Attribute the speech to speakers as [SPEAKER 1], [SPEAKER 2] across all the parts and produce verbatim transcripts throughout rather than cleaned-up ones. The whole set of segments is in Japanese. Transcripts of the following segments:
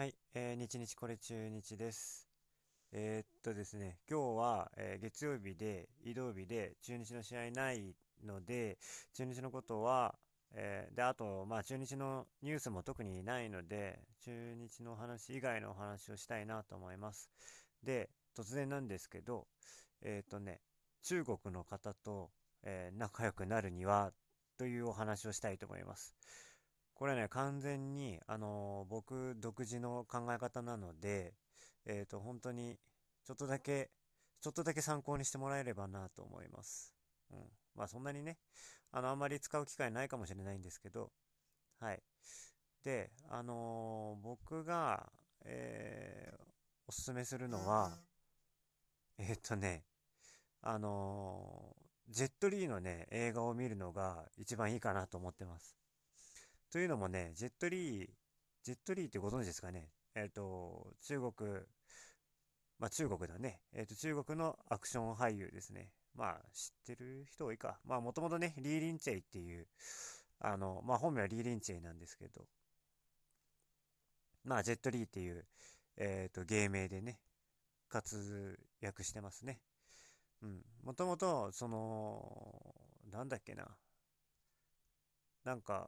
[SPEAKER 1] はい、えー、日日これ中日です。えーっとですね、今日は、えー月曜日で、移動日で、中日の試合ないので、中日のことは、えーで、あと、まあ、中日のニュースも特にないので、中日の話以外のお話をしたいなと思います。で、突然なんですけど、えーっとね、中国の方と、えー仲良くなるには、というお話をしたいと思います。これはね、完全に、あのー僕独自の考え方なので、えっと、本当に、ちょっとだけ、ちょっとだけ参考にしてもらえればなと思います。うん。まあ、そんなにね、あの、あんまり使う機会ないかもしれないんですけど、はい。で、あのー僕が、えーおすすめするのは、えっとね、あのージェットリーのね、映画を見るのが一番いいかなと思ってます。というのもね、ジェットリー、ジェットリーってご存知ですかね？えっと、中国、まあ中国だね。えっと、中国のアクション俳優ですね。まあ知ってる人多いか。まあもともとね、リー・リンチェイっていう、あの、まあ本名はリー・リンチェイなんですけど、まあジェットリーっていう、えっと、芸名でね、活躍してますね。うん。もともと、その、なんだっけな。なんか、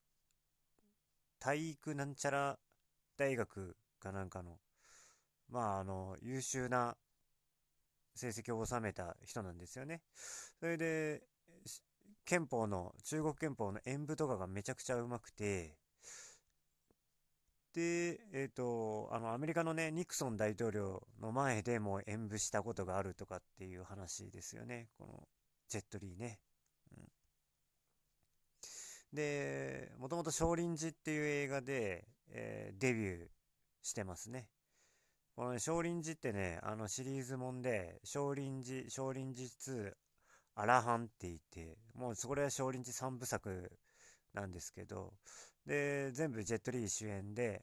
[SPEAKER 1] 体育なんちゃら大学かなんかの、まあ、あの、優秀な成績を収めた人なんですよね。それで、憲法の、中国憲法の演舞とかがめちゃくちゃうまくて、で、えっと、あの、アメリカのね、ニクソン大統領の前でも演舞したことがあるとかっていう話ですよね。この、ジェットリーね。うん、で、もともと少林寺っていう映画で、えーデビューしてますね。このね、少林寺ってね、あのシリーズもんで、少林寺、少林寺ツー、アラハンって言って、もうそこらは少林寺三部作なんですけど、で、全部ジェットリー主演で、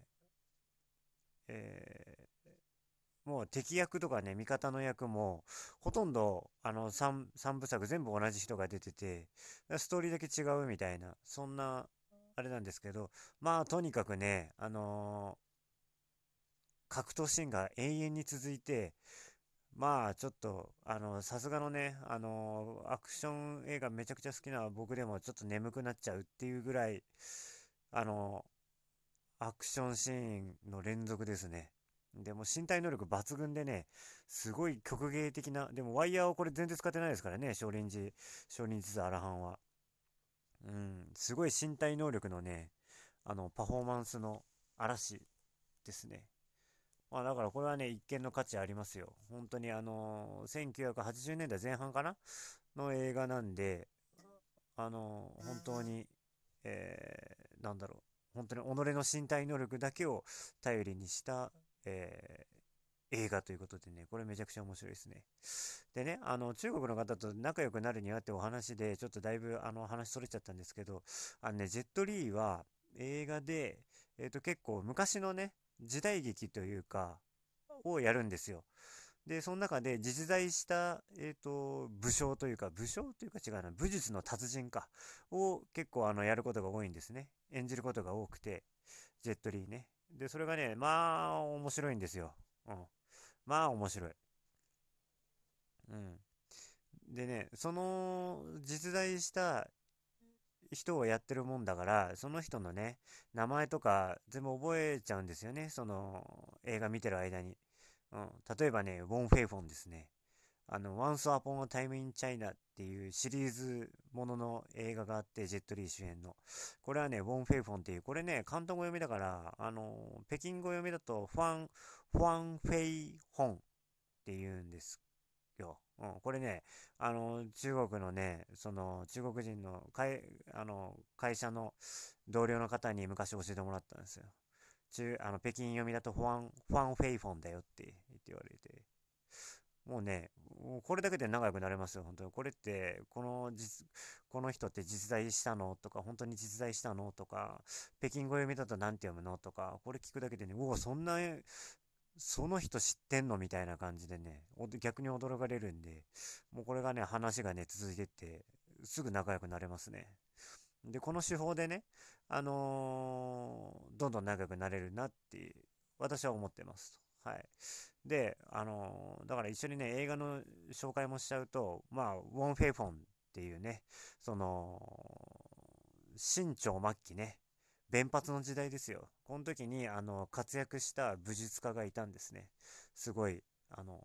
[SPEAKER 1] えーもう敵役とかね、味方の役も、ほとんど、あの、三、三部作全部同じ人が出てて、ストーリーだけ違うみたいな、そんな、あれなんですけど、まあ、とにかくね、あのー格闘シーンが永遠に続いて、まあ、ちょっと、あの、さすがのね、あの、アクション映画めちゃくちゃ好きな僕でもちょっと眠くなっちゃうっていうぐらい、あの、アクションシーンの連続ですね。でも身体能力抜群でね、すごい曲芸的な、でもワイヤーをこれ全然使ってないですからね、少林寺、少林寺アラハンは。うん、すごい身体能力のね、あの、パフォーマンスの嵐ですね。まあだからこれはね、一見の価値ありますよ。本当にあのーせんきゅうひゃくはちじゅうねんだいぜん半かなの映画なんで、あのー本当に、えー、なんだろう。本当に己の身体能力だけを頼りにした、えー映画ということでね、これめちゃくちゃ面白いですね。でね、あの、中国の方と仲良くなるにはってお話で、ちょっとだいぶあの話それちゃったんですけど、あのね、ジェットリーは映画で、えっと結構昔のね、時代劇というか、をやるんですよ。で、その中で実在した、えっと、武将というか、武将というか違うな、武術の達人か、を結構あの、やることが多いんですね。演じることが多くて、ジェットリーね。で、それがね、まあ、面白いんですよ。うん。まあ、面白い。うん。でね、その実在した人をやってるもんだから、その人のね、名前とか全部覚えちゃうんですよね。その映画見てる間に。うん。例えばね、ウォン・フェイフォンですね。あの、Once Upon a Time in China っていうシリーズものの映画があって、ジェットリー主演の。これはね、ウォン・フェイフォンっていう、これね、広東語読みだから、あの、北京語読みだと、ファン、ファン・フェイ・ホンっていうんですよ。うん、これね、あの、中国のね、その、中国人の会、あの、会社の同僚の方に昔教えてもらったんですよ。中、あの、北京読みだとファン、ファン・フェイフォンだよって言って言われて。もうね、もうこれだけで仲良くなれますよ、本当に。これって、この実、この人って実在したのとか、本当に実在したのとか、北京語読みだと何て読むのとか、これ聞くだけでね、うお、そんな、その人知ってんのみたいな感じでね、お逆に驚かれるんで、もうこれがね、話がね、続いてって、すぐ仲良くなれますね。で、この手法でね、あのーどんどん仲良くなれるなって私は思ってますと。はい。で、あのーだから一緒にね、映画の紹介もしちゃうと、まあ、ウォン・フェイフォンっていうね、その、清朝末期ね、弁髪の時代ですよ。この時に、あの、活躍した武術家がいたんですね。すごい、あの、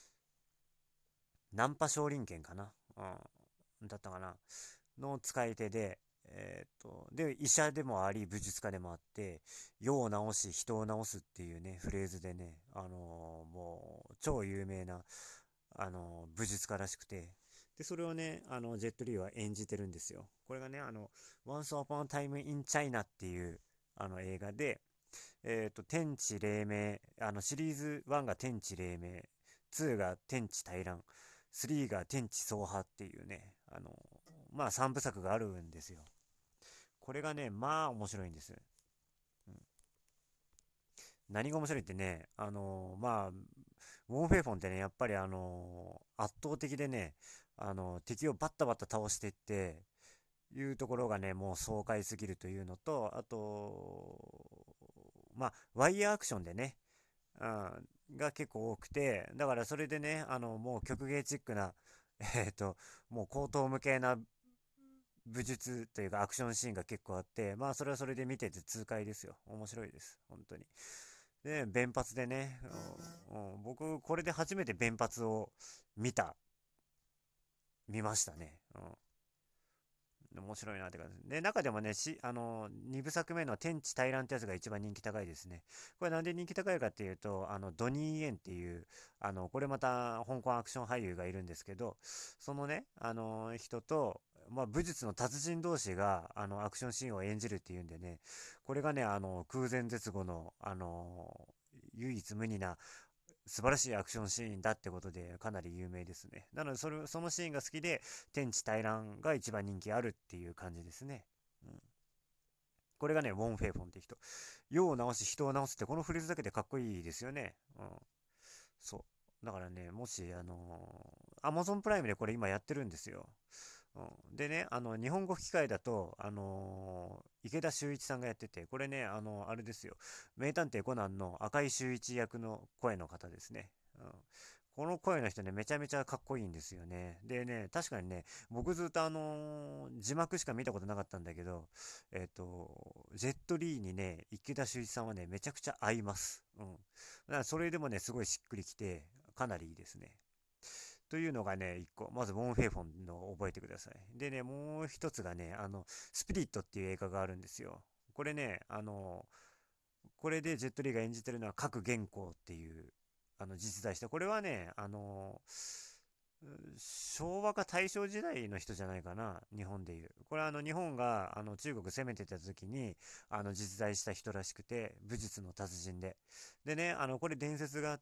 [SPEAKER 1] ナンパ少林拳かな、うん、だったかなの使い手で、えーっと、で、医者でもあり、武術家でもあって、世を治し、人を治すっていうね、フレーズでね、あのーもう、超有名な、あのー武術家らしくて、で、それをね、あの、ジェットリーは演じてるんですよ。これがね、あの、Once Upon a Time in China っていう、あの映画で、えっと、天地黎明、あの、シリーズワンが天地黎明、ツーが天地大乱、スリーが天地創破っていうね、あの、まあさんぶさくがあるんですよ。これがね、まあ面白いんです。うん、何が面白いってね、あのまあ、ウォン・フェイフォンってね、やっぱりあの圧倒的でね、あの敵をバッタバッタ倒していって、いうところがね、もう爽快すぎるというのと、あと、まあ、ワイヤーアクションでね、うん、が結構多くて、だからそれでね、あの、もう曲芸チックな、えっと、もう高等無形な武術というかアクションシーンが結構あって、まあそれはそれで見てて痛快ですよ。面白いです。本当に。で、弁髪でね、うんうん、僕、これで初めて弁髪を見た、見ましたね。うん。面白いなって感じで、中でもね、し、あの、にぶさくめの天地大乱ってやつが一番人気高いですね。これなんで人気高いかっていうと、あの、ドニー・イエンっていう、あの、これまた香港アクション俳優がいるんですけど、そのね、あの、人と、まあ、武術の達人同士が、あの、アクションシーンを演じるっていうんでね、これがね、あの、空前絶後の、あの、唯一無二な素晴らしいアクションシーンだってことでかなり有名ですね。なのでそれ、そのシーンが好きで天地大乱が一番人気あるっていう感じですね。うん、これがね、ウォン・フェイフォンって人。世を直し人を直すってこのフレーズだけでかっこいいですよね。うん。そう。だからね、もし、あのー、Amazon プライムでこれ今やってるんですよ。うん、でね、あの、日本語吹き替えだと、あのー池田秀一さんがやってて、これね、あの、あれですよ。名探偵コナンの赤井秀一役の声の方ですね。うん。この声の人ね、めちゃめちゃかっこいいんですよね。でね、確かにね、僕ずっとあのー字幕しか見たことなかったんだけど、えっと、ジェットリーにね、池田秀一さんはね、めちゃくちゃ合います。うん。だからそれでもね、すごいしっくりきて、かなりいいですね。というのがね、一個。まず、ウォン・フェイフォンの覚えてください。でね、もう一つがね、あの、スピリットっていう映画があるんですよ。これね、あの、これでジェットリーが演じてるのは各原稿っていう、あの、実在した。これはね、あの、昭和か大正時代の人じゃないかな、日本でいう。これはあの日本があの中国攻めてた時にあの実在した人らしくて、武術の達人で。でね、あのこれ伝説があって、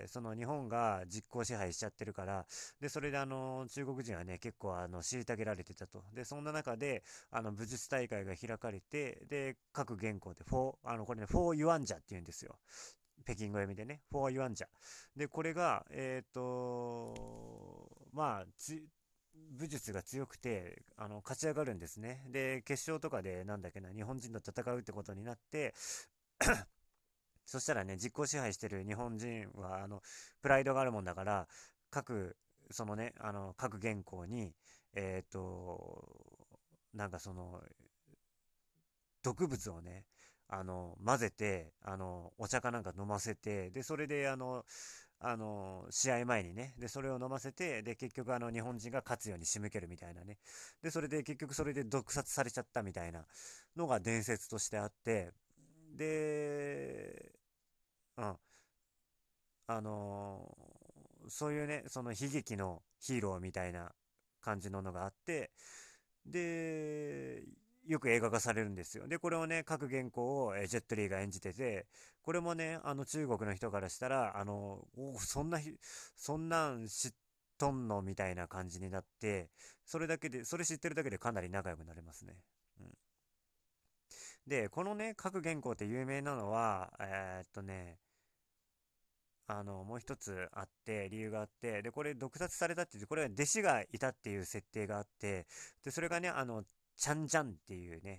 [SPEAKER 1] その日本が実効支配しちゃってるから、で、それであの中国人はね、結構あの虐げられてたと。で、そんな中であの武術大会が開かれて、で、各元号でフォー、あのこれね、フォーユアンジャって言うんですよ。北京語読みでね、フォーユアンジャ。で、これが、えっと、まあ、つ武術が強くて、あの、勝ち上がるんですね。で、決勝とかで、なんだっけな、日本人と戦うってことになって、そしたらね、実効支配してる日本人は、あの、プライドがあるもんだから、各、そのね、あの、各原稿に、えっと、なんかその、毒物をね、あの、混ぜて、あの、お茶かなんか飲ませて、で、それで、あの、あの、試合前にね、で、それを飲ませて、で、結局、あの、日本人が勝つように仕向けるみたいなね。で、それで、結局、それで毒殺されちゃったみたいなのが伝説としてあって、で、うん、あのそういうね、その悲劇のヒーローみたいな感じののがあって、で、よく映画化されるんですよ。で、これをね、各原稿をえージェットリーが演じてて、これもね、あの中国の人からしたら、あの、おそんなひ、そんなん知っとんのみたいな感じになって、それだけで、それ知ってるだけでかなり仲良くなれますね。うん。で、このね、各原稿って有名なのは、えーっとね、あの、もう一つあって、理由があって、で、これ毒殺されたっていう、これは弟子がいたっていう設定があって、で、それがね、あの、チャンジャンっていうね、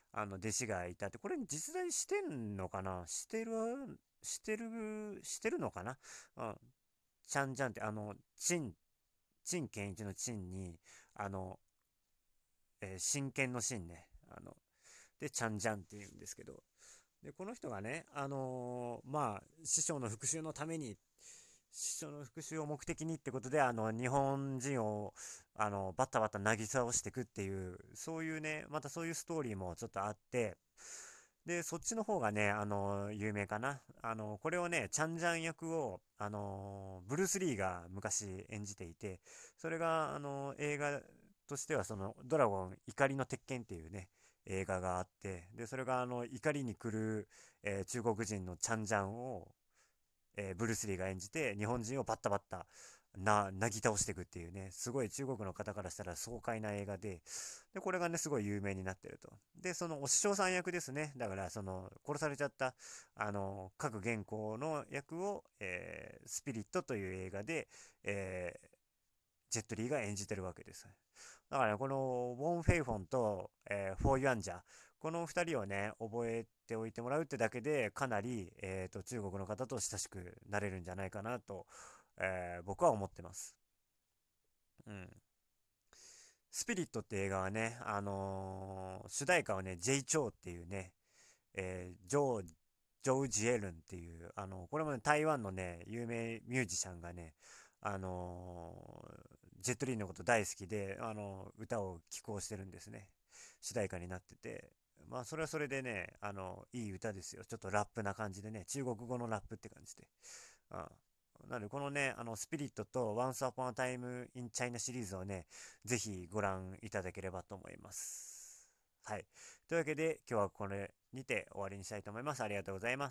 [SPEAKER 1] あの、弟子がいたって、これ実在してんのかな、してる、してる、してるのかな。うん。ちゃんじゃんって、あの、陳、陳健一の陳に、あの、えー真剣の真ね。あの、で、ちゃんじゃんって言うんですけど、で、この人がね、あのーまあ、師匠の復讐のために、師匠の復讐を目的にってことで、あの、日本人を、あの、バタバタ渚をしていくっていう、そういうね、またそういうストーリーもちょっとあって、で、そっちの方がね、あの、有名かな。あの、これをね、チャンジャン役を、あの、ブルース・リーが昔演じていて、それが、あの、映画としては、その、ドラゴン怒りの鉄拳っていうね、映画があって、で、それが、あの、怒りに来る、えー中国人のチャンジャンを、えーブルース・リーが演じて、日本人をバッタバッタ、な、なぎ倒していくっていうね、すごい中国の方からしたら爽快な映画で、で、これがね、すごい有名になってると。で、そのお師匠さん役ですね。だから、その、殺されちゃった、あの、各原稿の役を、えースピリットという映画で、えージェットリーが演じてるわけです。だからね、この、ウォン・フェイフォンと、えーフォー・ユアンジャ、この二人をね、覚えておいてもらうってだけで、かなり、えーと、中国の方と親しくなれるんじゃないかなと、えー僕は思ってます。うん。スピリットって映画はね、あのー主題歌はね、ジェイ・チョーっていうね、えージョー、ジョー・ジエルンっていう、あの、これもね、台湾のね、有名ミュージシャンがね、あのージェットリーのこと大好きで、あのー歌を寄稿してるんですね。主題歌になってて。まあ、それはそれでね、あのいい歌ですよ。ちょっとラップな感じでね、中国語のラップって感じで。うん。なので、このね、あの、スピリットと Once Upon a Time in China シリーズをね、ぜひご覧いただければと思います。はい。というわけで、今日はこれにて終わりにしたいと思います。ありがとうございます。